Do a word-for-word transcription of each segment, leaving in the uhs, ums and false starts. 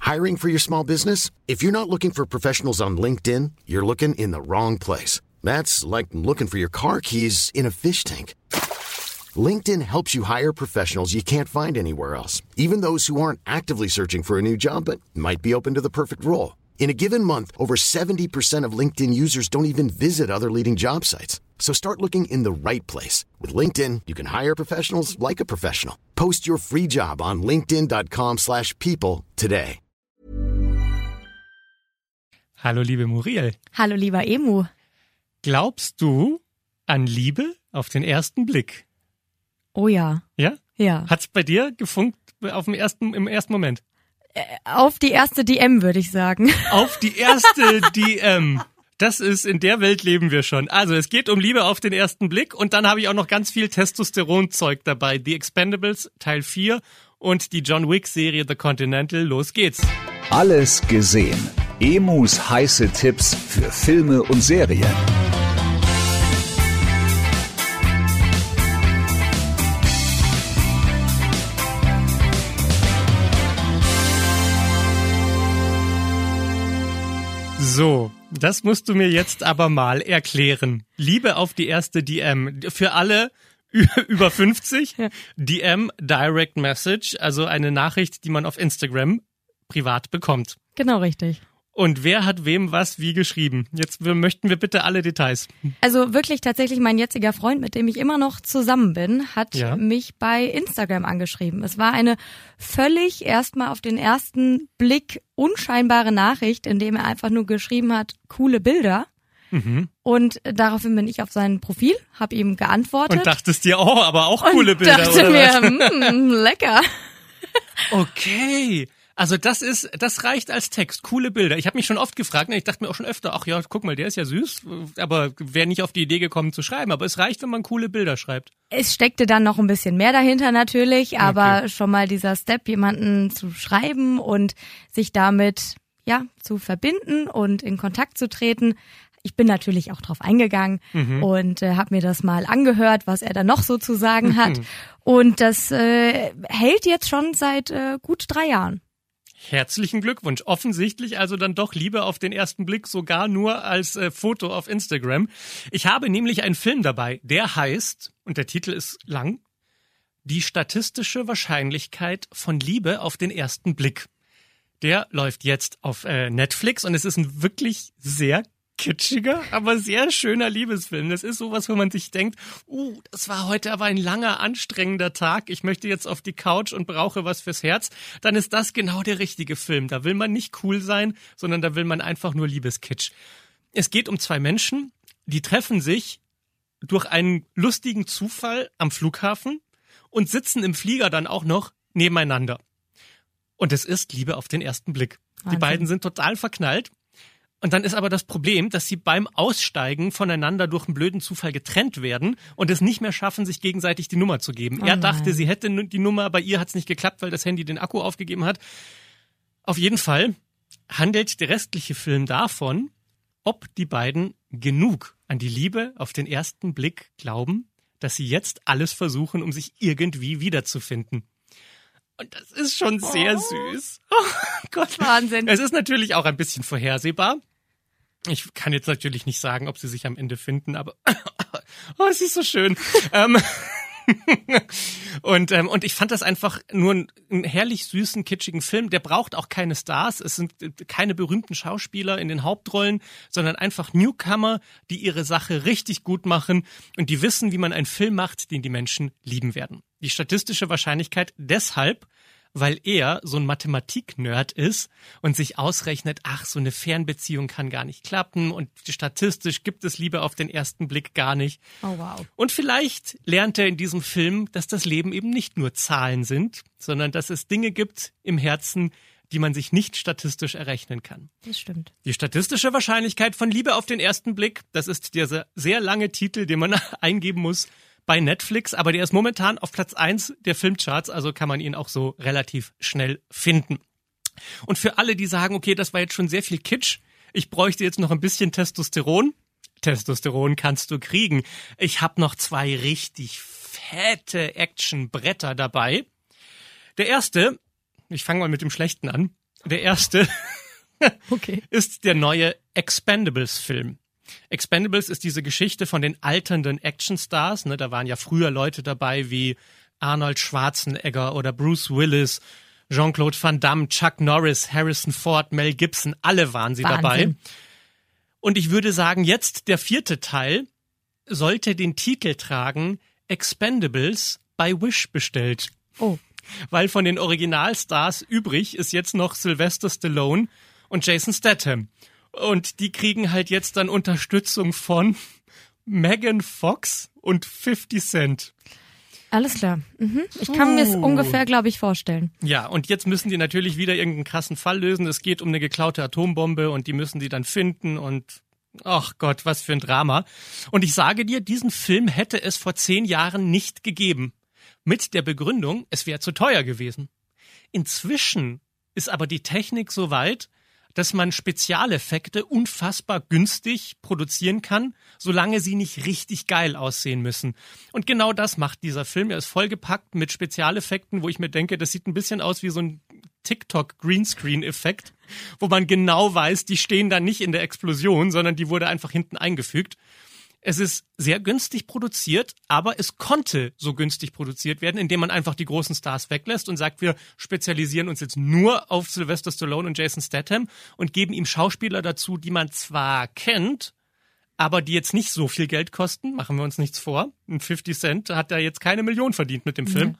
Hiring for your small business? If you're not looking for professionals on LinkedIn, you're looking in the wrong place. That's like looking for your car keys in a fish tank. LinkedIn helps you hire professionals you can't find anywhere else, even those who aren't actively searching for a new job but might be open to the perfect role. In a given month, over seventy percent of LinkedIn users don't even visit other leading job sites. So start looking in the right place. With LinkedIn, you can hire professionals like a professional. Post your free job on linkedin dot com slash people today. Hallo liebe Muriel. Hallo lieber Emu. Glaubst du an Liebe auf den ersten Blick? Oh ja. Ja? Ja. Hat's bei dir gefunkt auf dem ersten, im ersten Moment? Äh, auf die erste D M, würde ich sagen. Auf die erste D M. Das ist, in der Welt leben wir schon. Also es geht um Liebe auf den ersten Blick und dann habe ich auch noch ganz viel Testosteronzeug dabei. The Expendables Teil vier und die John Wick Serie The Continental. Los geht's. Alles gesehen. Emus heiße Tipps für Filme und Serien. So, das musst du mir jetzt aber mal erklären. Liebe auf die erste D M. Für alle über fünfzig, ja. D M, Direct Message, also eine Nachricht, die man auf Instagram privat bekommt. Genau, richtig. Und wer hat wem was wie geschrieben? Jetzt möchten wir bitte alle Details. Also wirklich tatsächlich mein jetziger Freund, mit dem ich immer noch zusammen bin, hat ja. mich bei Instagram angeschrieben. Es war eine völlig erstmal auf den ersten Blick unscheinbare Nachricht, in dem er einfach nur geschrieben hat, coole Bilder. Mhm. Und daraufhin bin ich auf sein Profil, habe ihm geantwortet. Und dachtest dir, oh, aber auch coole und Bilder, dachte oder mir, was? Mh, lecker. Okay. Also das ist, das reicht als Text. Coole Bilder. Ich habe mich schon oft gefragt, ich dachte mir auch schon öfter, ach ja, guck mal, der ist ja süß, aber wäre nicht auf die Idee gekommen zu schreiben. Aber es reicht, wenn man coole Bilder schreibt. Es steckte dann noch ein bisschen mehr dahinter natürlich, aber okay. schon mal dieser Step, jemanden zu schreiben und sich damit ja zu verbinden und in Kontakt zu treten. Ich bin natürlich auch drauf eingegangen mhm. und äh, habe mir das mal angehört, was er da noch so zu sagen hat. Und das äh, hält jetzt schon seit äh, gut drei Jahren. Herzlichen Glückwunsch. Offensichtlich also dann doch Liebe auf den ersten Blick, sogar nur als äh, Foto auf Instagram. Ich habe nämlich einen Film dabei, der heißt, und der Titel ist lang, Die statistische Wahrscheinlichkeit von Liebe auf den ersten Blick. Der läuft jetzt auf äh, Netflix und es ist ein wirklich sehr kitschiger, aber sehr schöner Liebesfilm. Das ist sowas, wo man sich denkt, uh, das war heute aber ein langer, anstrengender Tag. Ich möchte jetzt auf die Couch und brauche was fürs Herz. Dann ist das genau der richtige Film. Da will man nicht cool sein, sondern da will man einfach nur Liebeskitsch. Es geht um zwei Menschen, die treffen sich durch einen lustigen Zufall am Flughafen und sitzen im Flieger dann auch noch nebeneinander. Und es ist Liebe auf den ersten Blick. Wahnsinn. Die beiden sind total verknallt. Und dann ist aber das Problem, dass sie beim Aussteigen voneinander durch einen blöden Zufall getrennt werden und es nicht mehr schaffen, sich gegenseitig die Nummer zu geben. Oh er dachte, sie hätte die Nummer, bei ihr hat es nicht geklappt, weil das Handy den Akku aufgegeben hat. Auf jeden Fall handelt der restliche Film davon, ob die beiden genug an die Liebe auf den ersten Blick glauben, dass sie jetzt alles versuchen, um sich irgendwie wiederzufinden. Und das ist schon sehr oh. süß. Oh Gott. Wahnsinn. Es ist natürlich auch ein bisschen vorhersehbar. Ich kann jetzt natürlich nicht sagen, ob sie sich am Ende finden, aber oh, es ist so schön. ähm, und, ähm, und ich fand das einfach nur einen, einen herrlich süßen, kitschigen Film. Der braucht auch keine Stars. Es sind keine berühmten Schauspieler in den Hauptrollen, sondern einfach Newcomer, die ihre Sache richtig gut machen und die wissen, wie man einen Film macht, den die Menschen lieben werden. Die statistische Wahrscheinlichkeit deshalb, weil er so ein Mathematik-Nerd ist und sich ausrechnet, ach, so eine Fernbeziehung kann gar nicht klappen und statistisch gibt es Liebe auf den ersten Blick gar nicht. Oh wow. Und vielleicht lernt er in diesem Film, dass das Leben eben nicht nur Zahlen sind, sondern dass es Dinge gibt im Herzen, die man sich nicht statistisch errechnen kann. Das stimmt. Die statistische Wahrscheinlichkeit von Liebe auf den ersten Blick, das ist dieser sehr lange Titel, den man eingeben muss bei Netflix, aber der ist momentan auf Platz eins der Filmcharts, also kann man ihn auch so relativ schnell finden. Und für alle, die sagen, okay, das war jetzt schon sehr viel Kitsch, ich bräuchte jetzt noch ein bisschen Testosteron. Testosteron kannst du kriegen. Ich habe noch zwei richtig fette Actionbretter dabei. Der erste, ich fange mal mit dem Schlechten an, Der erste Okay. ist der neue Expendables-Film. Expendables ist diese Geschichte von den alternden Actionstars. Ne? Da waren ja früher Leute dabei wie Arnold Schwarzenegger oder Bruce Willis, Jean-Claude Van Damme, Chuck Norris, Harrison Ford, Mel Gibson. Alle waren sie Wahnsinn. dabei. Und ich würde sagen, jetzt der vierte Teil sollte den Titel tragen Expendables bei Wish bestellt. Oh. Weil von den Originalstars übrig ist jetzt noch Sylvester Stallone und Jason Statham. Und die kriegen halt jetzt dann Unterstützung von Megan Fox und fifty Cent. Alles klar. Mhm. Ich kann Uh. mir es ungefähr, glaube ich, vorstellen. Ja, und jetzt müssen die natürlich wieder irgendeinen krassen Fall lösen. Es geht um eine geklaute Atombombe und die müssen die dann finden und ach Gott, was für ein Drama. Und ich sage dir, diesen Film hätte es vor zehn Jahren nicht gegeben. Mit der Begründung, es wäre zu teuer gewesen. Inzwischen ist aber die Technik so weit, dass man Spezialeffekte unfassbar günstig produzieren kann, solange sie nicht richtig geil aussehen müssen. Und genau das macht dieser Film. Er ist vollgepackt mit Spezialeffekten, wo ich mir denke, das sieht ein bisschen aus wie so ein TikTok-Greenscreen-Effekt, wo man genau weiß, die stehen da nicht in der Explosion, sondern die wurde einfach hinten eingefügt. Es ist sehr günstig produziert, aber es konnte so günstig produziert werden, indem man einfach die großen Stars weglässt und sagt, wir spezialisieren uns jetzt nur auf Sylvester Stallone und Jason Statham und geben ihm Schauspieler dazu, die man zwar kennt, aber die jetzt nicht so viel Geld kosten, machen wir uns nichts vor. Ein fifty Cent hat da jetzt keine Million verdient mit dem Film. Mhm.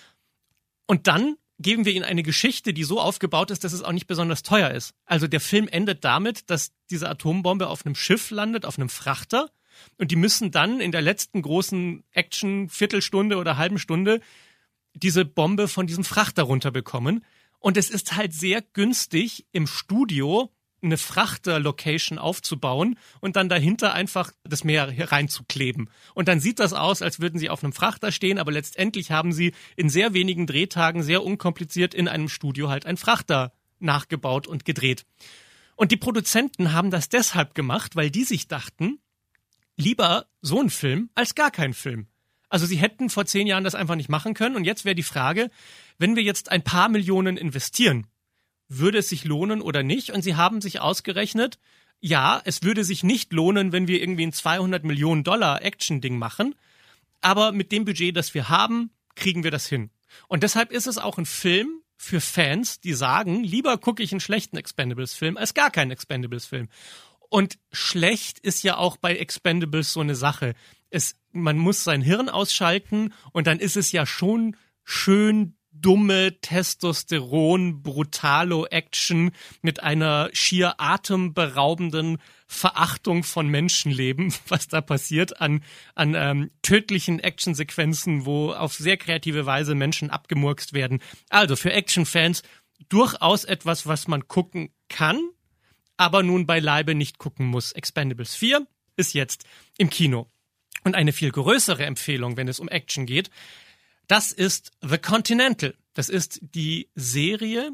Und dann geben wir ihnen eine Geschichte, die so aufgebaut ist, dass es auch nicht besonders teuer ist. Also der Film endet damit, dass diese Atombombe auf einem Schiff landet, auf einem Frachter. Und die müssen dann in der letzten großen Action-Viertelstunde oder halben Stunde diese Bombe von diesem Frachter runterbekommen. Und es ist halt sehr günstig, im Studio eine Frachter-Location aufzubauen und dann dahinter einfach das Meer reinzukleben. Und dann sieht das aus, als würden sie auf einem Frachter stehen, aber letztendlich haben sie in sehr wenigen Drehtagen sehr unkompliziert in einem Studio halt einen Frachter nachgebaut und gedreht. Und die Produzenten haben das deshalb gemacht, weil die sich dachten, lieber so ein Film als gar kein Film. Also sie hätten vor zehn Jahren das einfach nicht machen können. Und jetzt wäre die Frage, wenn wir jetzt ein paar Millionen investieren, würde es sich lohnen oder nicht? Und sie haben sich ausgerechnet, ja, es würde sich nicht lohnen, wenn wir irgendwie ein zweihundert Millionen Dollar Action-Ding machen. Aber mit dem Budget, das wir haben, kriegen wir das hin. Und deshalb ist es auch ein Film für Fans, die sagen, lieber gucke ich einen schlechten Expendables-Film als gar keinen Expendables-Film. Und schlecht ist ja auch bei Expendables so eine Sache. Es, man muss sein Hirn ausschalten und dann ist es ja schon schön dumme Testosteron, brutalo Action mit einer schier atemberaubenden Verachtung von Menschenleben, was da passiert an, an ähm, tödlichen Actionsequenzen, wo auf sehr kreative Weise Menschen abgemurkst werden. Also für Actionfans durchaus etwas, was man gucken kann, aber nun beileibe nicht gucken muss. Expendables vier ist jetzt im Kino. Und eine viel größere Empfehlung, wenn es um Action geht, das ist The Continental. Das ist die Serie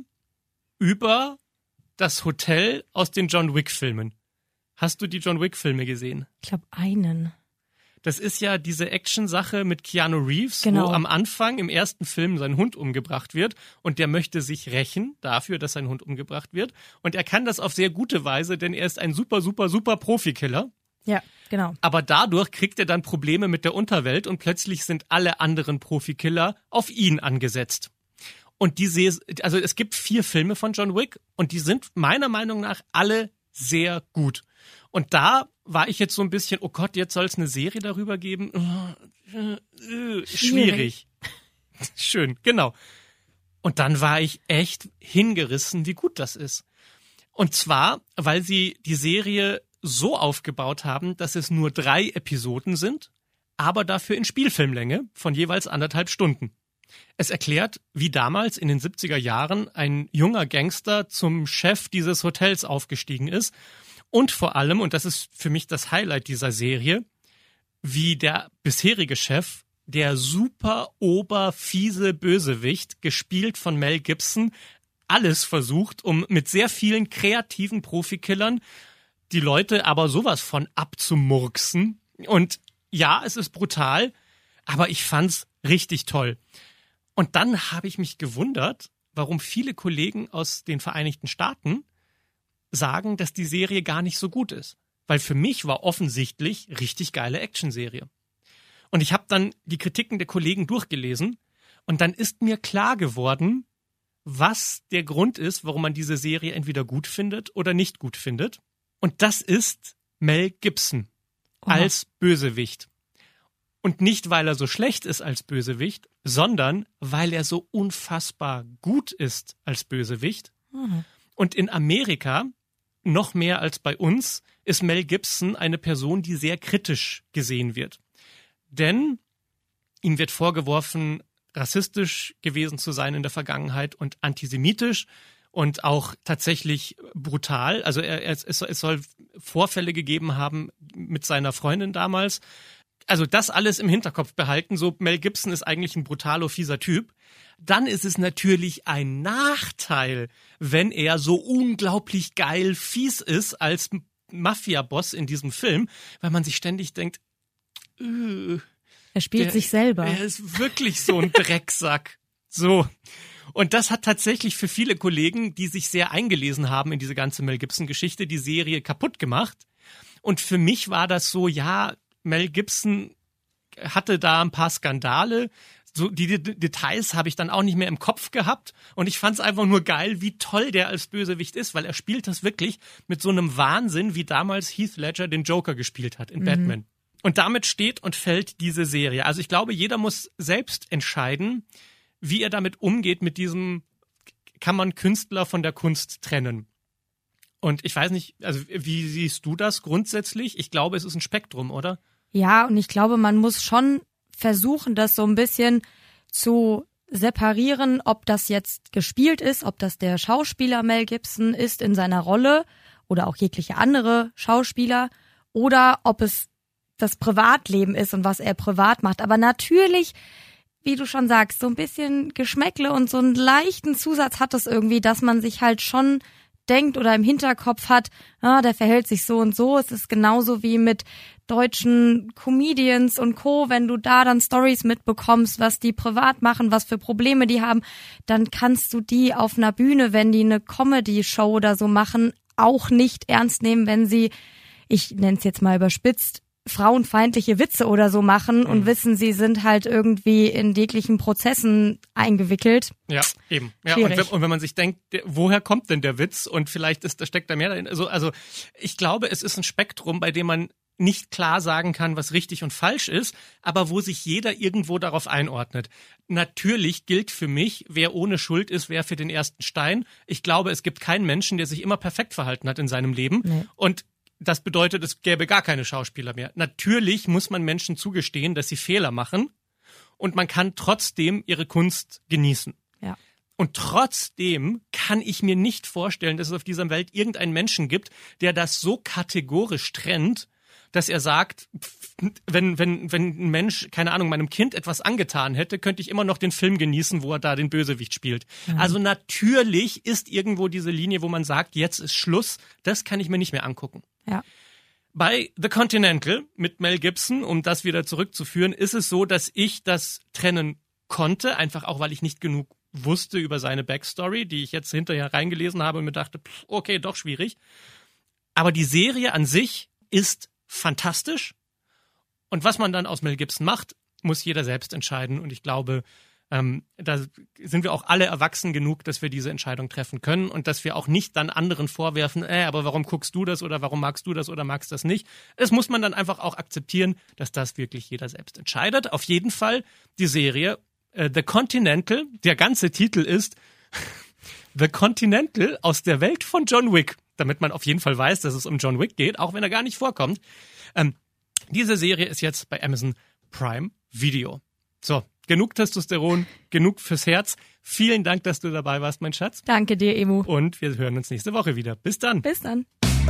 über das Hotel aus den John Wick-Filmen. Hast du die John Wick-Filme gesehen? Ich glaube, einen. Das ist ja diese Action-Sache mit Keanu Reeves, Genau. wo am Anfang im ersten Film sein Hund umgebracht wird und der möchte sich rächen dafür, dass sein Hund umgebracht wird. Und er kann das auf sehr gute Weise, denn er ist ein super, super, super Profikiller. Ja, genau. Aber dadurch kriegt er dann Probleme mit der Unterwelt und plötzlich sind alle anderen Profikiller auf ihn angesetzt. Und die Se- also es gibt vier Filme von John Wick und die sind meiner Meinung nach alle sehr gut. Und da war ich jetzt so ein bisschen, oh Gott, jetzt soll es eine Serie darüber geben. Oh, äh, äh, schwierig. Schön, genau. Und dann war ich echt hingerissen, wie gut das ist. Und zwar, weil sie die Serie so aufgebaut haben, dass es nur drei Episoden sind, aber dafür in Spielfilmlänge von jeweils anderthalb Stunden. Es erklärt, wie damals in den siebziger Jahren ein junger Gangster zum Chef dieses Hotels aufgestiegen ist und vor allem, und das ist für mich das Highlight dieser Serie, wie der bisherige Chef, der super oberfiese Bösewicht, gespielt von Mel Gibson, alles versucht, um mit sehr vielen kreativen Profikillern die Leute aber sowas von abzumurksen. Und ja, es ist brutal, aber ich fand's richtig toll. Und dann habe ich mich gewundert, warum viele Kollegen aus den Vereinigten Staaten sagen, dass die Serie gar nicht so gut ist. Weil für mich war offensichtlich richtig geile Actionserie. Und ich habe dann die Kritiken der Kollegen durchgelesen und dann ist mir klar geworden, was der Grund ist, warum man diese Serie entweder gut findet oder nicht gut findet. Und das ist Mel Gibson Aha. als Bösewicht. Und nicht, weil er so schlecht ist als Bösewicht, sondern weil er so unfassbar gut ist als Bösewicht. Mhm. Und in Amerika, noch mehr als bei uns, ist Mel Gibson eine Person, die sehr kritisch gesehen wird. Denn ihm wird vorgeworfen, rassistisch gewesen zu sein in der Vergangenheit und antisemitisch und auch tatsächlich brutal. Also er, es, es soll Vorfälle gegeben haben mit seiner Freundin damals. Also das alles im Hinterkopf behalten, so Mel Gibson ist eigentlich ein brutaler, fieser Typ. Dann ist es natürlich ein Nachteil, wenn er so unglaublich geil fies ist als Mafia-Boss in diesem Film, weil man sich ständig denkt, äh, er spielt der, sich selber. Er ist wirklich so ein Drecksack. So. Und das hat tatsächlich für viele Kollegen, die sich sehr eingelesen haben in diese ganze Mel Gibson-Geschichte, die Serie kaputt gemacht. Und für mich war das so, ja, Mel Gibson hatte da ein paar Skandale. So die D- Details habe ich dann auch nicht mehr im Kopf gehabt. Und ich fand es einfach nur geil, wie toll der als Bösewicht ist, weil er spielt das wirklich mit so einem Wahnsinn, wie damals Heath Ledger den Joker gespielt hat in mhm. Batman. Und damit steht und fällt diese Serie. Also ich glaube, jeder muss selbst entscheiden, wie er damit umgeht, mit diesem, kann man Künstler von der Kunst trennen. Und ich weiß nicht, also wie siehst du das grundsätzlich? Ich glaube, es ist ein Spektrum, oder? Ja, und ich glaube, man muss schon versuchen, das so ein bisschen zu separieren, ob das jetzt gespielt ist, ob das der Schauspieler Mel Gibson ist in seiner Rolle oder auch jegliche andere Schauspieler oder ob es das Privatleben ist und was er privat macht. Aber natürlich, wie du schon sagst, so ein bisschen Geschmäckle und so einen leichten Zusatz hat es irgendwie, dass man sich halt schon denkt oder im Hinterkopf hat, ah, der verhält sich so und so. Es ist genauso wie mit deutschen Comedians und Co. Wenn du da dann Stories mitbekommst, was die privat machen, was für Probleme die haben, dann kannst du die auf einer Bühne, wenn die eine Comedy-Show oder so machen, auch nicht ernst nehmen, wenn sie, ich nenne es jetzt mal überspitzt, frauenfeindliche Witze oder so machen mhm. und wissen, sie sind halt irgendwie in jeglichen Prozessen eingewickelt. Ja, eben. Ja, und wenn, und wenn man sich denkt, der, woher kommt denn der Witz? Und vielleicht ist, da steckt da mehr dahin. Also, also ich glaube, es ist ein Spektrum, bei dem man nicht klar sagen kann, was richtig und falsch ist, aber wo sich jeder irgendwo darauf einordnet. Natürlich gilt für mich, wer ohne Schuld ist, wer für den ersten Stein. Ich glaube, es gibt keinen Menschen, der sich immer perfekt verhalten hat in seinem Leben. Nee. Und das bedeutet, es gäbe gar keine Schauspieler mehr. Natürlich muss man Menschen zugestehen, dass sie Fehler machen und man kann trotzdem ihre Kunst genießen. Ja. Und trotzdem kann ich mir nicht vorstellen, dass es auf dieser Welt irgendeinen Menschen gibt, der das so kategorisch trennt, dass er sagt, wenn, wenn, wenn ein Mensch, keine Ahnung, meinem Kind etwas angetan hätte, könnte ich immer noch den Film genießen, wo er da den Bösewicht spielt. Mhm. Also natürlich ist irgendwo diese Linie, wo man sagt, jetzt ist Schluss, das kann ich mir nicht mehr angucken. Ja. Bei The Continental mit Mel Gibson, um das wieder zurückzuführen, ist es so, dass ich das trennen konnte, einfach auch, weil ich nicht genug wusste über seine Backstory, die ich jetzt hinterher reingelesen habe und mir dachte, pff, okay, doch schwierig. Aber die Serie an sich ist fantastisch. Und was man dann aus Mel Gibson macht, muss jeder selbst entscheiden. Und ich glaube, ähm, da sind wir auch alle erwachsen genug, dass wir diese Entscheidung treffen können und dass wir auch nicht dann anderen vorwerfen, äh, aber warum guckst du das oder warum magst du das oder magst das nicht. Es muss man dann einfach auch akzeptieren, dass das wirklich jeder selbst entscheidet. Auf jeden Fall die Serie äh, The Continental, der ganze Titel ist The Continental aus der Welt von John Wick, damit man auf jeden Fall weiß, dass es um John Wick geht, auch wenn er gar nicht vorkommt. Ähm, diese Serie ist jetzt bei Amazon Prime Video. So, genug Testosteron, genug fürs Herz. Vielen Dank, dass du dabei warst, mein Schatz. Danke dir, Emu. Und wir hören uns nächste Woche wieder. Bis dann. Bis dann.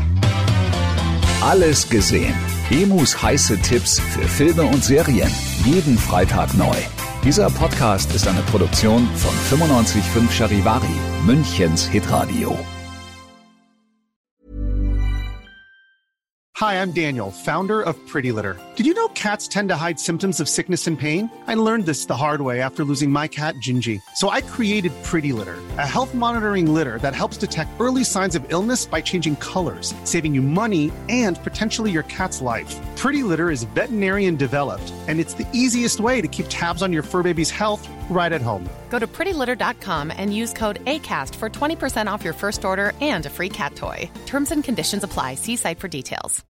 Alles gesehen. Emus heiße Tipps für Filme und Serien. Jeden Freitag neu. Dieser Podcast ist eine Produktion von fünfundneunzig Komma fünf Charivari, Münchens Hitradio. Hi, I'm Daniel, founder of Pretty Litter. Did you know cats tend to hide symptoms of sickness and pain? I learned this the hard way after losing my cat, Gingy. So I created Pretty Litter, a health monitoring litter that helps detect early signs of illness by changing colors, saving you money and potentially your cat's life. Pretty Litter is veterinarian developed, and it's the easiest way to keep tabs on your fur baby's health right at home. Go to pretty litter dot com and use code ACAST for twenty percent off your first order and a free cat toy. Terms and conditions apply. See site for details.